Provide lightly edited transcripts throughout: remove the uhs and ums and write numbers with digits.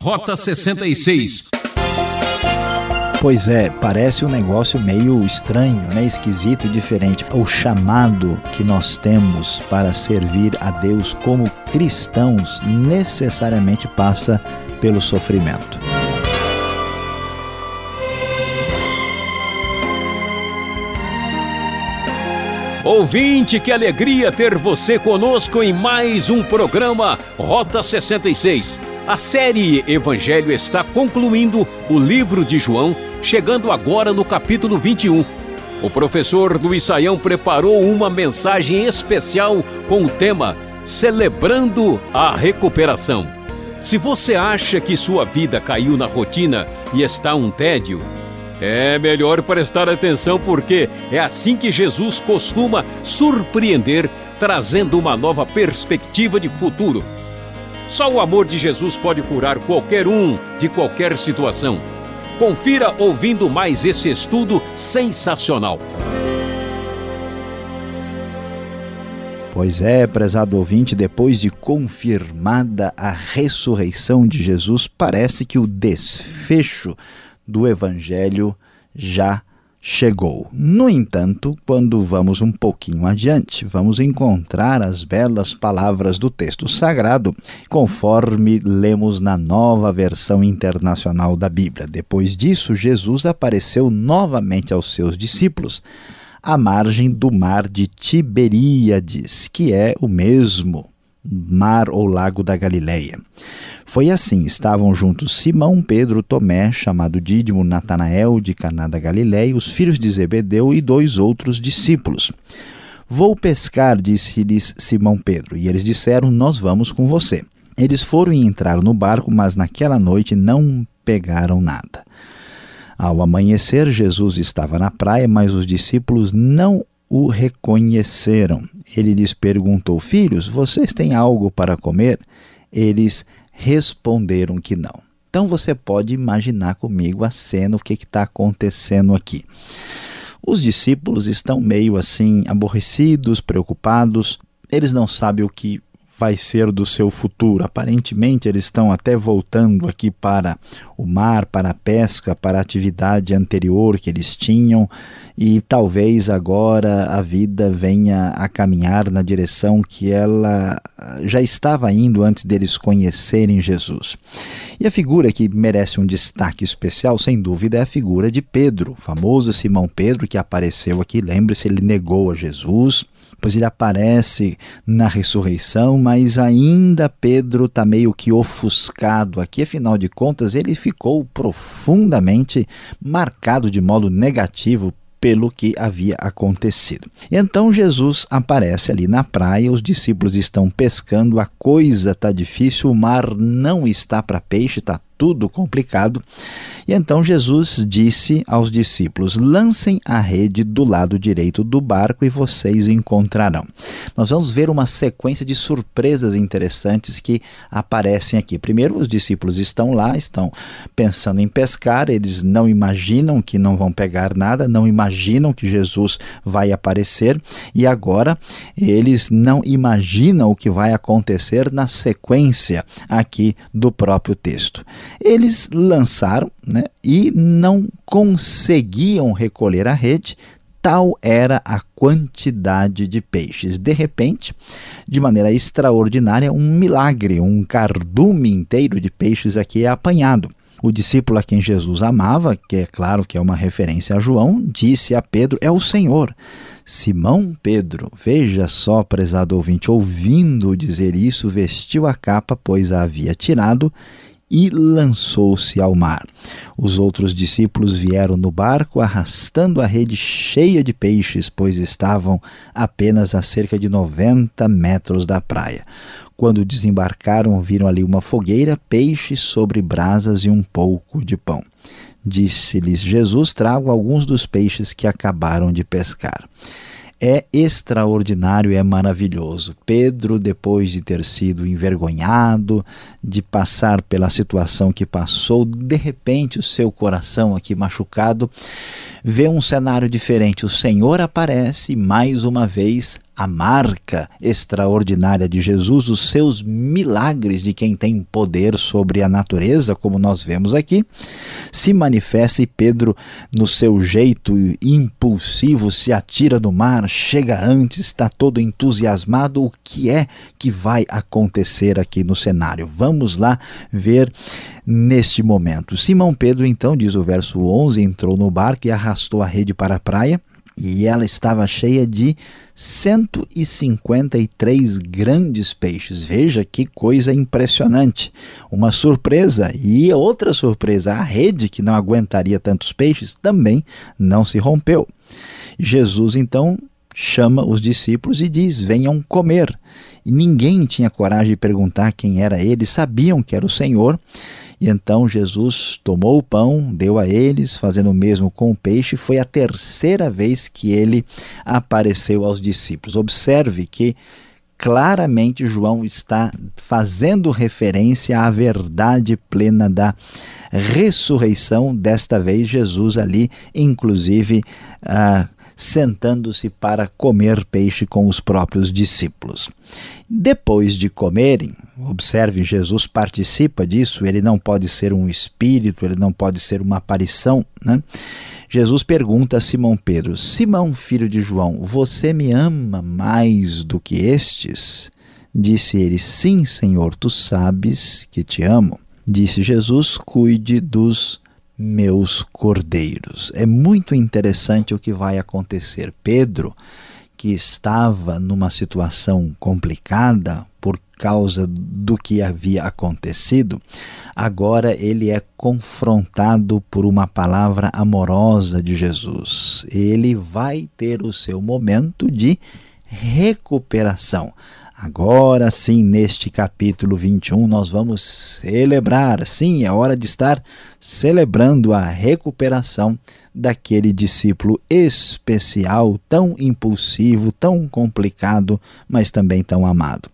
Rota 66. Pois é, parece um negócio meio estranho, né? Esquisito e diferente. O chamado que nós temos para servir a Deus como cristãos necessariamente passa pelo sofrimento. Ouvinte, que alegria ter você conosco em mais um programa Rota 66. A série Evangelho está concluindo o livro de João, chegando agora no capítulo 21. O professor Luiz Saião preparou uma mensagem especial com o tema Celebrando a Recuperação. Se você acha que sua vida caiu na rotina e está um tédio, é melhor prestar atenção, porque é assim que Jesus costuma surpreender, trazendo uma nova perspectiva de futuro. Só o amor de Jesus pode curar qualquer um de qualquer situação. Confira ouvindo mais esse estudo sensacional. Pois é, prezado ouvinte, depois de confirmada a ressurreição de Jesus, parece que o desfecho do Evangelho já chegou. No entanto, quando vamos um pouquinho adiante, vamos encontrar as belas palavras do texto sagrado, conforme lemos na Nova Versão Internacional da Bíblia. Depois disso, Jesus apareceu novamente aos seus discípulos à margem do mar de Tiberíades, que é o mesmo mar ou lago da Galileia. Foi assim, estavam juntos Simão, Pedro, Tomé, chamado Dídimo, Natanael, de Caná da Galileia, os filhos de Zebedeu e 2 outros discípulos. Vou pescar, disse-lhes Simão Pedro, e eles disseram, nós vamos com você. Eles foram e entraram no barco, mas naquela noite não pegaram nada. Ao amanhecer, Jesus estava na praia, mas os discípulos não o reconheceram. Ele lhes perguntou, filhos, vocês têm algo para comer? Eles responderam que não. Então você pode imaginar comigo a cena, o que está acontecendo aqui. Os discípulos estão meio assim, aborrecidos, preocupados, eles não sabem o que vai ser do seu futuro. Aparentemente eles estão até voltando aqui para o mar, para a pesca, para a atividade anterior que eles tinham, e talvez agora a vida venha a caminhar na direção que ela já estava indo antes deles conhecerem Jesus. E a figura que merece um destaque especial, sem dúvida, é a figura de Pedro, o famoso Simão Pedro, que apareceu aqui. Lembre-se, ele negou a Jesus, pois ele aparece na ressurreição, mas ainda Pedro está meio que ofuscado aqui. Afinal de contas, ele ficou profundamente marcado de modo negativo pelo que havia acontecido. E então Jesus aparece ali na praia, os discípulos estão pescando, a coisa está difícil, o mar não está para peixe, está tudo complicado. E então Jesus disse aos discípulos, lancem a rede do lado direito do barco e vocês encontrarão. Nós vamos ver uma sequência de surpresas interessantes que aparecem aqui. Primeiro, os discípulos estão lá, estão pensando em pescar, eles não imaginam que não vão pegar nada, não imaginam que Jesus vai aparecer, e agora eles não imaginam o que vai acontecer na sequência aqui do próprio texto. Eles lançaram, e não conseguiam recolher a rede, tal era a quantidade de peixes. De repente, de maneira extraordinária, um milagre, um cardume inteiro de peixes aqui é apanhado. O discípulo a quem Jesus amava, que é claro que é uma referência a João, disse a Pedro, é o Senhor. Simão Pedro, veja só, prezado ouvinte, ouvindo dizer isso, vestiu a capa, pois a havia tirado, e lançou-se ao mar. Os outros discípulos vieram no barco arrastando a rede cheia de peixes, pois estavam apenas a cerca de 90 metros da praia. Quando desembarcaram, viram ali uma fogueira, peixes sobre brasas e um pouco de pão. Disse-lhes Jesus, trago alguns dos peixes que acabaram de pescar. É extraordinário, é maravilhoso. Pedro, depois de ter sido envergonhado, de passar pela situação que passou, de repente o seu coração aqui machucado, vê um cenário diferente. O Senhor aparece e mais uma vez a marca extraordinária de Jesus, os seus milagres de quem tem poder sobre a natureza, como nós vemos aqui, se manifesta e Pedro, no seu jeito impulsivo, se atira no mar, chega antes, está todo entusiasmado. O que é que vai acontecer aqui no cenário? Vamos lá ver neste momento. Simão Pedro, então, diz o verso 11, entrou no barco e arrastou a rede para a praia, e ela estava cheia de 153 grandes peixes. Veja que coisa impressionante. Uma surpresa. E outra surpresa, a rede, que não aguentaria tantos peixes, também não se rompeu. Jesus, então, chama os discípulos e diz: venham comer. E ninguém tinha coragem de perguntar quem era ele, sabiam que era o Senhor. E então Jesus tomou o pão, deu a eles, fazendo o mesmo com o peixe. Foi a terceira vez que ele apareceu aos discípulos. Observe que claramente João está fazendo referência à verdade plena da ressurreição. Desta vez Jesus ali, inclusive, sentando-se para comer peixe com os próprios discípulos. Depois de comerem, observe, Jesus participa disso, ele não pode ser um espírito, ele não pode ser uma aparição, né? Jesus pergunta a Simão Pedro: Simão, filho de João, você me ama mais do que estes? Disse ele: sim, Senhor, tu sabes que te amo. Disse Jesus: cuide dos meus cordeiros. É muito interessante o que vai acontecer. Pedro, que estava numa situação complicada por causa do que havia acontecido, agora ele é confrontado por uma palavra amorosa de Jesus. Ele vai ter o seu momento de recuperação. Agora sim, neste capítulo 21, nós vamos celebrar. Sim, é hora de estar celebrando a recuperação daquele discípulo especial, tão impulsivo, tão complicado, mas também tão amado.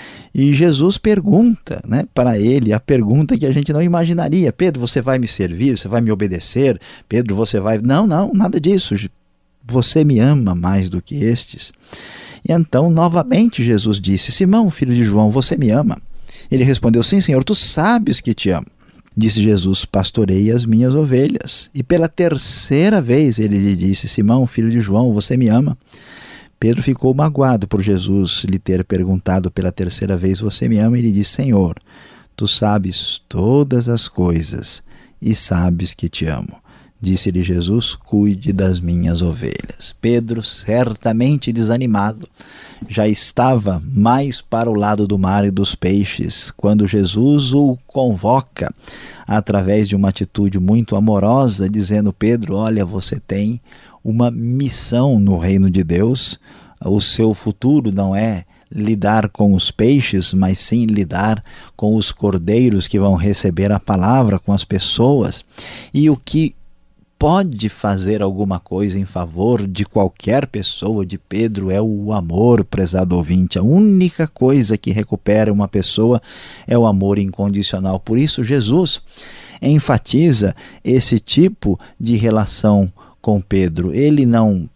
E Jesus pergunta, para ele a pergunta que a gente não imaginaria: Pedro, você vai me servir? Você vai me obedecer? Pedro, você vai... Não, nada disso. Você me ama mais do que estes? E então, novamente, Jesus disse: Simão, filho de João, você me ama? Ele respondeu: sim, Senhor, tu sabes que te amo. Disse Jesus: pastorei as minhas ovelhas. E pela terceira vez ele lhe disse: Simão, filho de João, você me ama? Pedro ficou magoado por Jesus lhe ter perguntado pela terceira vez: você me ama? E ele disse: Senhor, tu sabes todas as coisas e sabes que te amo. Disse-lhe Jesus: cuide das minhas ovelhas. Pedro, certamente desanimado, já estava mais para o lado do mar e dos peixes, quando Jesus o convoca através de uma atitude muito amorosa, dizendo: Pedro, olha, você tem uma missão no reino de Deus. O seu futuro não é lidar com os peixes, mas sim lidar com os cordeiros que vão receber a palavra, com as pessoas. E o que pode fazer alguma coisa em favor de qualquer pessoa, de Pedro, é o amor, prezado ouvinte. A única coisa que recupera uma pessoa é o amor incondicional. Por isso Jesus enfatiza esse tipo de relação com Pedro. Ele não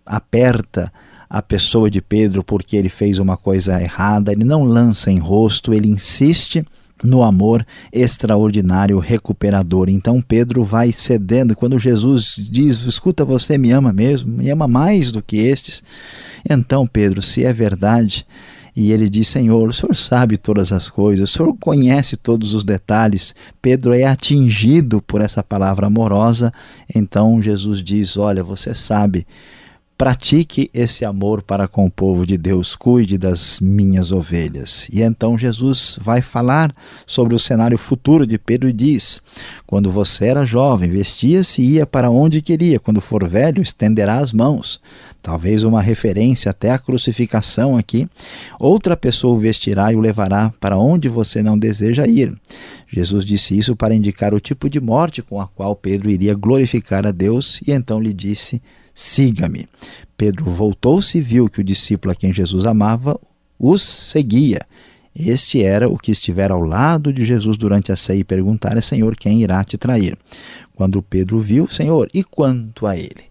aperta a pessoa de Pedro porque ele fez uma coisa errada, ele não lança em rosto, ele insiste no amor extraordinário, recuperador. Então Pedro vai cedendo. Quando Jesus diz: escuta, você me ama mesmo? Me ama mais do que estes? Então Pedro, se é verdade, e ele diz: Senhor, o Senhor sabe todas as coisas, o Senhor conhece todos os detalhes. Pedro é atingido por essa palavra amorosa. Então Jesus diz: olha, você sabe, pratique esse amor para com o povo de Deus, cuide das minhas ovelhas. E então Jesus vai falar sobre o cenário futuro de Pedro e diz: quando você era jovem, vestia-se e ia para onde queria. Quando for velho, estenderá as mãos. Talvez uma referência até à crucificação aqui. Outra pessoa o vestirá e o levará para onde você não deseja ir. Jesus disse isso para indicar o tipo de morte com a qual Pedro iria glorificar a Deus, e então lhe disse: siga-me. Pedro voltou-se e viu que o discípulo a quem Jesus amava os seguia. Este era o que estivera ao lado de Jesus durante a ceia e perguntara: Senhor, quem irá te trair? Quando Pedro viu: Senhor, e quanto a ele?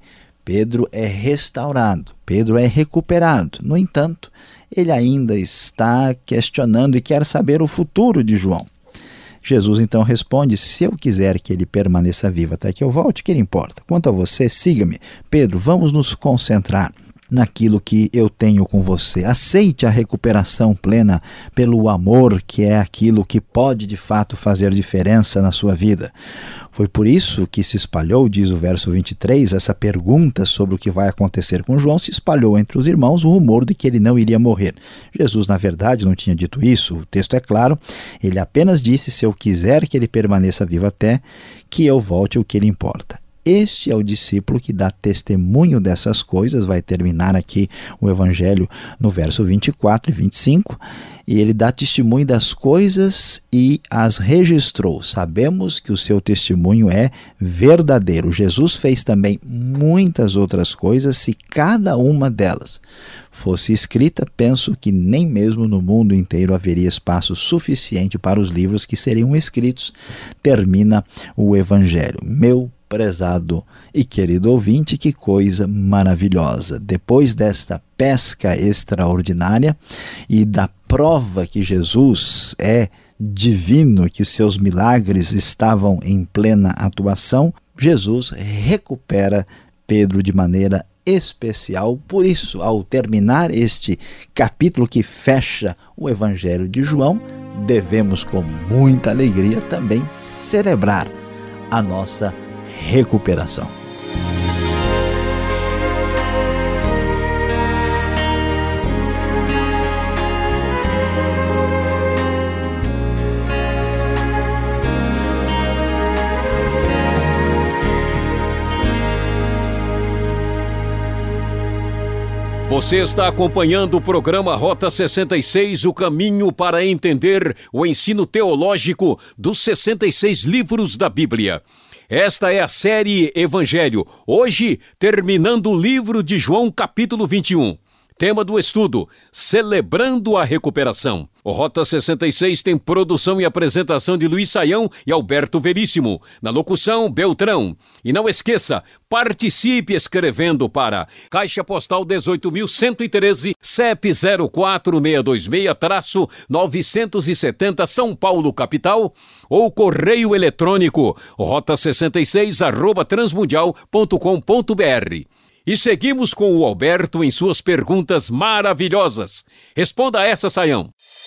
Pedro é restaurado, Pedro é recuperado. No entanto, ele ainda está questionando e quer saber o futuro de João. Jesus então responde: se eu quiser que ele permaneça vivo até que eu volte, que lhe importa? Quanto a você, siga-me. Pedro, vamos nos concentrar naquilo que eu tenho com você. Aceite a recuperação plena pelo amor, que é aquilo que pode de fato fazer diferença na sua vida. Foi por isso que se espalhou, diz o verso 23, essa pergunta sobre o que vai acontecer com João, se espalhou entre os irmãos o rumor de que ele não iria morrer. Jesus, na verdade, não tinha dito isso, o texto é claro, ele apenas disse: se eu quiser que ele permaneça vivo até que eu volte, o que lhe importa. Este é o discípulo que dá testemunho dessas coisas. Vai terminar aqui o Evangelho no verso 24 e 25. E ele dá testemunho das coisas e as registrou. Sabemos que o seu testemunho é verdadeiro. Jesus fez também muitas outras coisas. Se cada uma delas fosse escrita, penso que nem mesmo no mundo inteiro haveria espaço suficiente para os livros que seriam escritos. Termina o Evangelho. Meu prezado e querido ouvinte, que coisa maravilhosa! Depois desta pesca extraordinária e da prova que Jesus é divino, que seus milagres estavam em plena atuação, Jesus recupera Pedro de maneira especial. Por isso, ao terminar este capítulo que fecha o Evangelho de João, devemos com muita alegria também celebrar a nossa recuperação. Você está acompanhando o programa Rota 66, o caminho para entender o ensino teológico dos 66 livros da Bíblia. Esta é a série Evangelho, hoje terminando o livro de João, capítulo 21. Tema do estudo: Celebrando a Recuperação. O Rota 66 tem produção e apresentação de Luiz Saião e Alberto Veríssimo. Na locução, Beltrão. E não esqueça, participe escrevendo para Caixa Postal 18.113, CEP 04626-970 São Paulo, capital, ou correio eletrônico rota66@transmundial.com.br. E seguimos com o Alberto em suas perguntas maravilhosas. Responda a essa, Saião.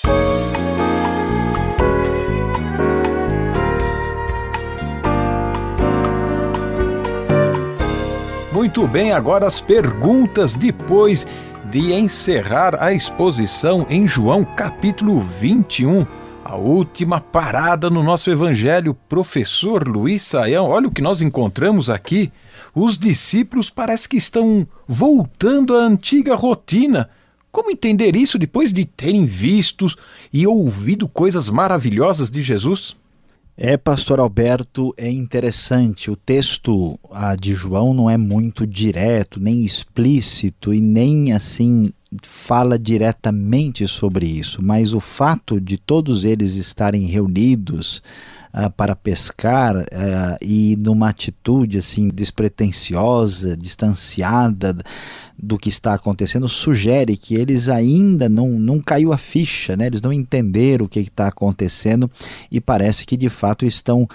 Muito bem, agora as perguntas depois de encerrar a exposição em João capítulo 21. A última parada no nosso evangelho. Professor Luiz Saião, olha o que nós encontramos aqui. Os discípulos parece que estão voltando à antiga rotina. Como entender isso depois de terem visto e ouvido coisas maravilhosas de Jesus? Pastor Alberto, é interessante. O texto de João não é muito direto, nem explícito e nem assim fala diretamente sobre isso, mas o fato de todos eles estarem reunidos para pescar e numa atitude assim despretensiosa, distanciada do que está acontecendo, sugere que eles ainda não caiu a ficha, né? Eles não entenderam o que está acontecendo e parece que de fato estão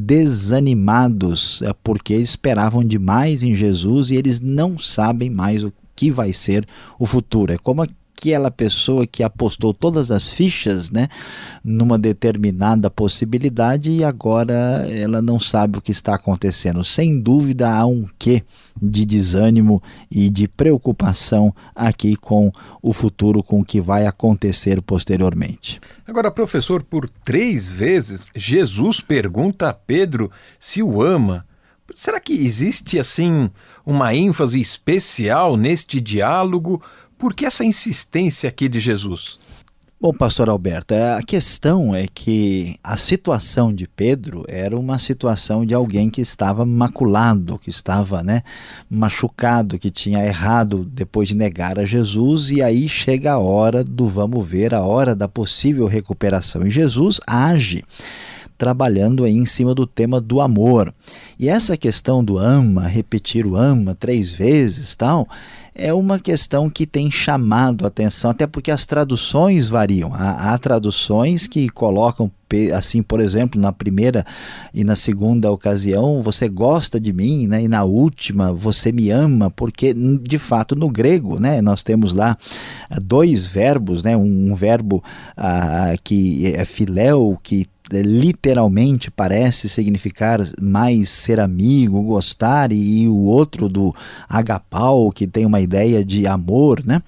desanimados porque esperavam demais em Jesus e eles não sabem mais o que vai ser o futuro. É como aquela pessoa que apostou todas as fichas, né, numa determinada possibilidade e agora ela não sabe o que está acontecendo. Sem dúvida há um quê de desânimo e de preocupação aqui com o futuro, com o que vai acontecer posteriormente. Agora, professor, por 3 vezes Jesus pergunta a Pedro se o ama. Será que existe assim uma ênfase especial neste diálogo? Por que essa insistência aqui de Jesus? Bom, pastor Alberto, a questão é que a situação de Pedro era uma situação de alguém que estava maculado, que estava, machucado, que tinha errado depois de negar a Jesus, e aí chega a hora do vamos ver, a hora da possível recuperação. E Jesus age trabalhando aí em cima do tema do amor. E essa questão do ama, repetir o ama 3 vezes, tal, é uma questão que tem chamado a atenção, até porque as traduções variam. Há traduções que colocam assim, por exemplo, na primeira e na segunda ocasião, você gosta de mim, né? E na última, você me ama, porque de fato no grego, né, nós temos lá 2 verbos, né? Um verbo que é filéu, que literalmente parece significar mais ser amigo, gostar, e o outro do agapau, que tem uma ideia de amor, né?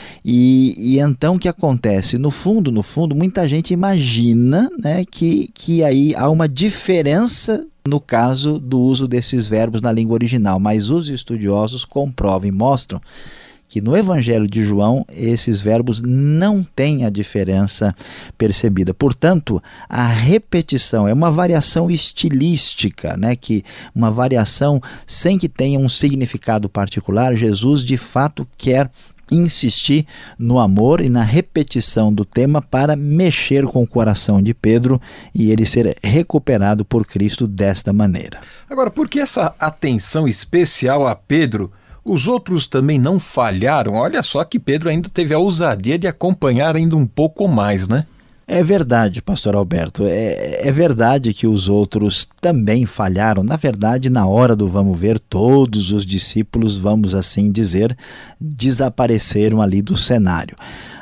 E então o que acontece? No fundo, muita gente imagina, né, que aí há uma diferença no caso do uso desses verbos na língua original, mas os estudiosos comprovam e mostram que no Evangelho de João esses verbos não têm a diferença percebida. Portanto, a repetição é uma variação estilística, né? Uma variação sem que tenha um significado particular. Jesus de fato quer insistir no amor e na repetição do tema para mexer com o coração de Pedro e ele ser recuperado por Cristo desta maneira. Agora, por que essa atenção especial a Pedro? Os outros também não falharam? Olha só que Pedro ainda teve a ousadia de acompanhar ainda um pouco mais, né? É verdade, pastor Alberto, é verdade que os outros também falharam. Na verdade, na hora do vamos ver, todos os discípulos, vamos assim dizer, desapareceram ali do cenário.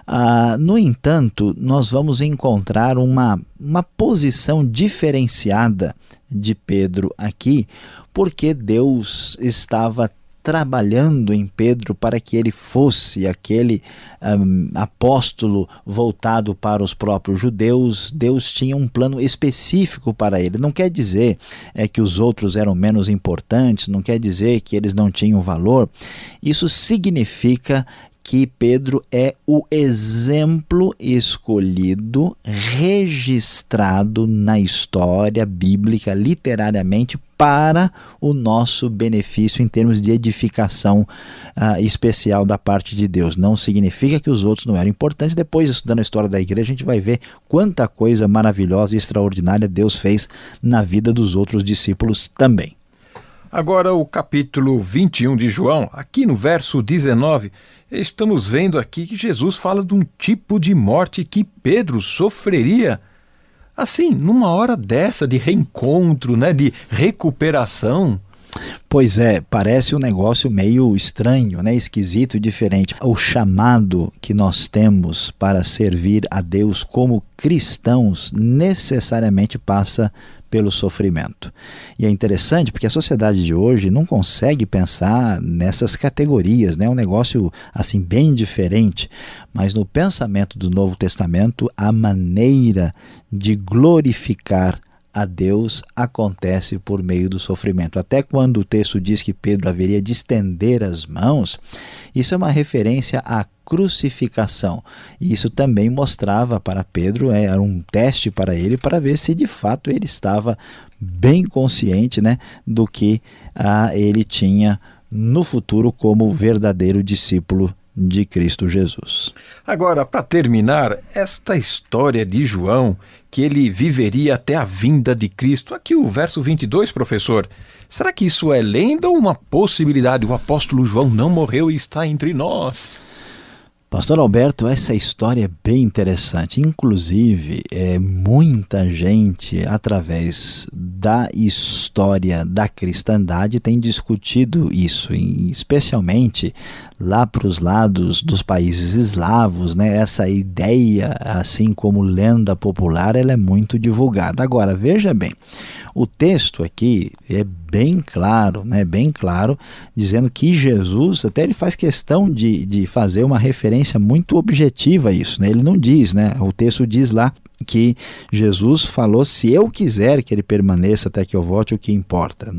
No entanto, nós vamos encontrar uma posição diferenciada de Pedro aqui, porque Deus estava trabalhando em Pedro para que ele fosse aquele apóstolo voltado para os próprios judeus. Deus tinha um plano específico para ele. Não quer dizer que os outros eram menos importantes, não quer dizer que eles não tinham valor. Isso significa que Pedro é o exemplo escolhido, registrado na história bíblica, literariamente, para o nosso benefício em termos de edificação especial da parte de Deus. Não significa que os outros não eram importantes. Depois, estudando a história da igreja, a gente vai ver quanta coisa maravilhosa e extraordinária Deus fez na vida dos outros discípulos também. Agora o capítulo 21 de João, aqui no verso 19, estamos vendo aqui que Jesus fala de um tipo de morte que Pedro sofreria. Assim, numa hora dessa de reencontro, né, de recuperação. Pois é, parece um negócio meio estranho, né, esquisito e diferente. O chamado que nós temos para servir a Deus como cristãos necessariamente passa pelo sofrimento. E é interessante porque a sociedade de hoje não consegue pensar nessas categorias, né? É um negócio assim bem diferente, mas no pensamento do Novo Testamento a maneira de glorificar a Deus acontece por meio do sofrimento. Até quando o texto diz que Pedro haveria de estender as mãos, isso é uma referência à crucificação. E isso também mostrava para Pedro, era um teste para ele, para ver se de fato ele estava bem consciente, né, do que ele tinha no futuro como verdadeiro discípulo de Cristo Jesus. Agora, para terminar, esta história de João, que ele viveria até a vinda de Cristo, aqui o verso 22, professor, será que isso é lenda ou uma possibilidade? O apóstolo João não morreu e está entre nós? Pastor Alberto, essa história é bem interessante. Inclusive, muita gente, através da história da cristandade, tem discutido isso, especialmente lá para os lados dos países eslavos, né? Essa ideia, assim como lenda popular, ela é muito divulgada. Agora, veja bem, o texto aqui é bem claro, né? Bem claro, dizendo que Jesus, até ele faz questão de fazer uma referência muito objetiva a isso, né? Ele não diz, né? O texto diz lá que Jesus falou, se eu quiser que ele permaneça até que eu volte, o que importa.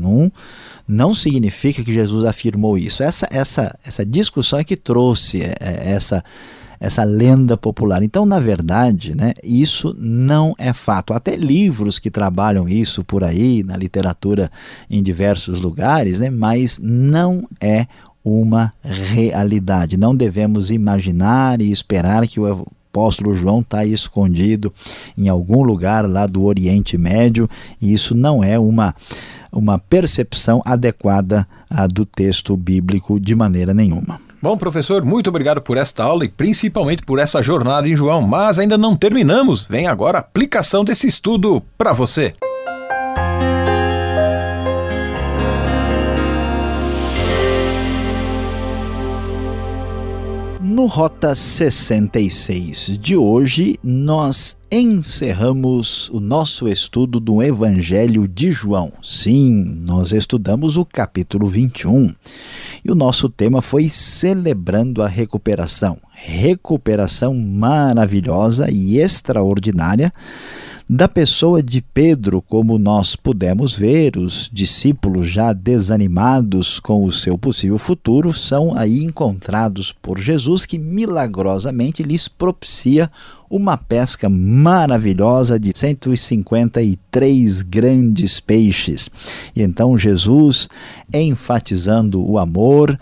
Não significa que Jesus afirmou isso. Essa discussão é que trouxe essa lenda popular. Então, na verdade, né, isso não é fato. Até livros que trabalham isso por aí, na literatura em diversos lugares, né, mas não é uma realidade. Não devemos imaginar e esperar que o apóstolo João está escondido em algum lugar lá do Oriente Médio, e isso não é uma percepção adequada do texto bíblico de maneira nenhuma. Bom, professor, muito obrigado por esta aula e principalmente por essa jornada em João, mas ainda não terminamos. Vem agora a aplicação desse estudo para você. No Rota 66 de hoje, nós encerramos o nosso estudo do Evangelho de João. Sim, nós estudamos o capítulo 21 e o nosso tema foi Celebrando a Recuperação. Recuperação maravilhosa e extraordinária da pessoa de Pedro, como nós pudemos ver. Os discípulos já desanimados com o seu possível futuro são aí encontrados por Jesus, que milagrosamente lhes propicia uma pesca maravilhosa de 153 grandes peixes. E então Jesus, enfatizando o amor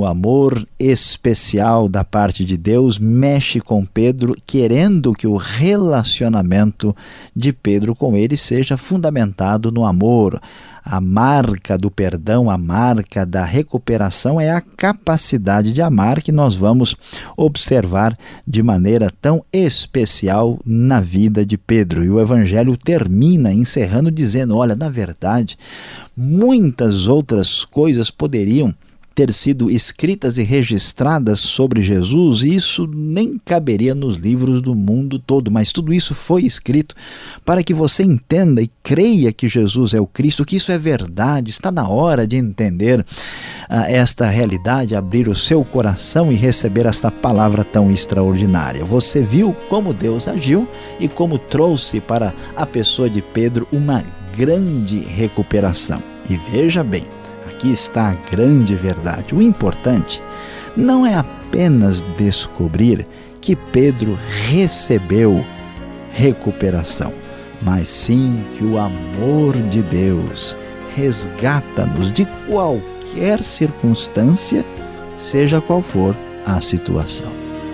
especial da parte de Deus, mexe com Pedro, querendo que o relacionamento de Pedro com ele seja fundamentado no amor. A marca do perdão, a marca da recuperação é a capacidade de amar, que nós vamos observar de maneira tão especial na vida de Pedro. E o Evangelho termina encerrando dizendo: olha, na verdade, muitas outras coisas poderiam ter sido escritas e registradas sobre Jesus, e isso nem caberia nos livros do mundo todo, mas tudo isso foi escrito para que você entenda e creia que Jesus é o Cristo, que isso é verdade. Está na hora de entender esta realidade, abrir o seu coração e receber esta palavra tão extraordinária. Você viu como Deus agiu e como trouxe para a pessoa de Pedro uma grande recuperação. E veja bem, aqui está a grande verdade. O importante não é apenas descobrir que Pedro recebeu recuperação, mas sim que o amor de Deus resgata-nos de qualquer circunstância, seja qual for a situação.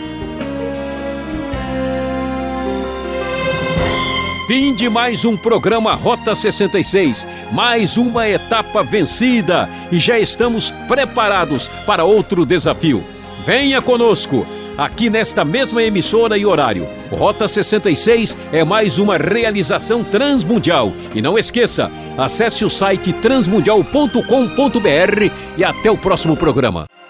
Fim de mais um programa Rota 66, mais uma etapa vencida e já estamos preparados para outro desafio. Venha conosco, aqui nesta mesma emissora e horário. Rota 66 é mais uma realização transmundial. E não esqueça, acesse o site transmundial.com.br e até o próximo programa.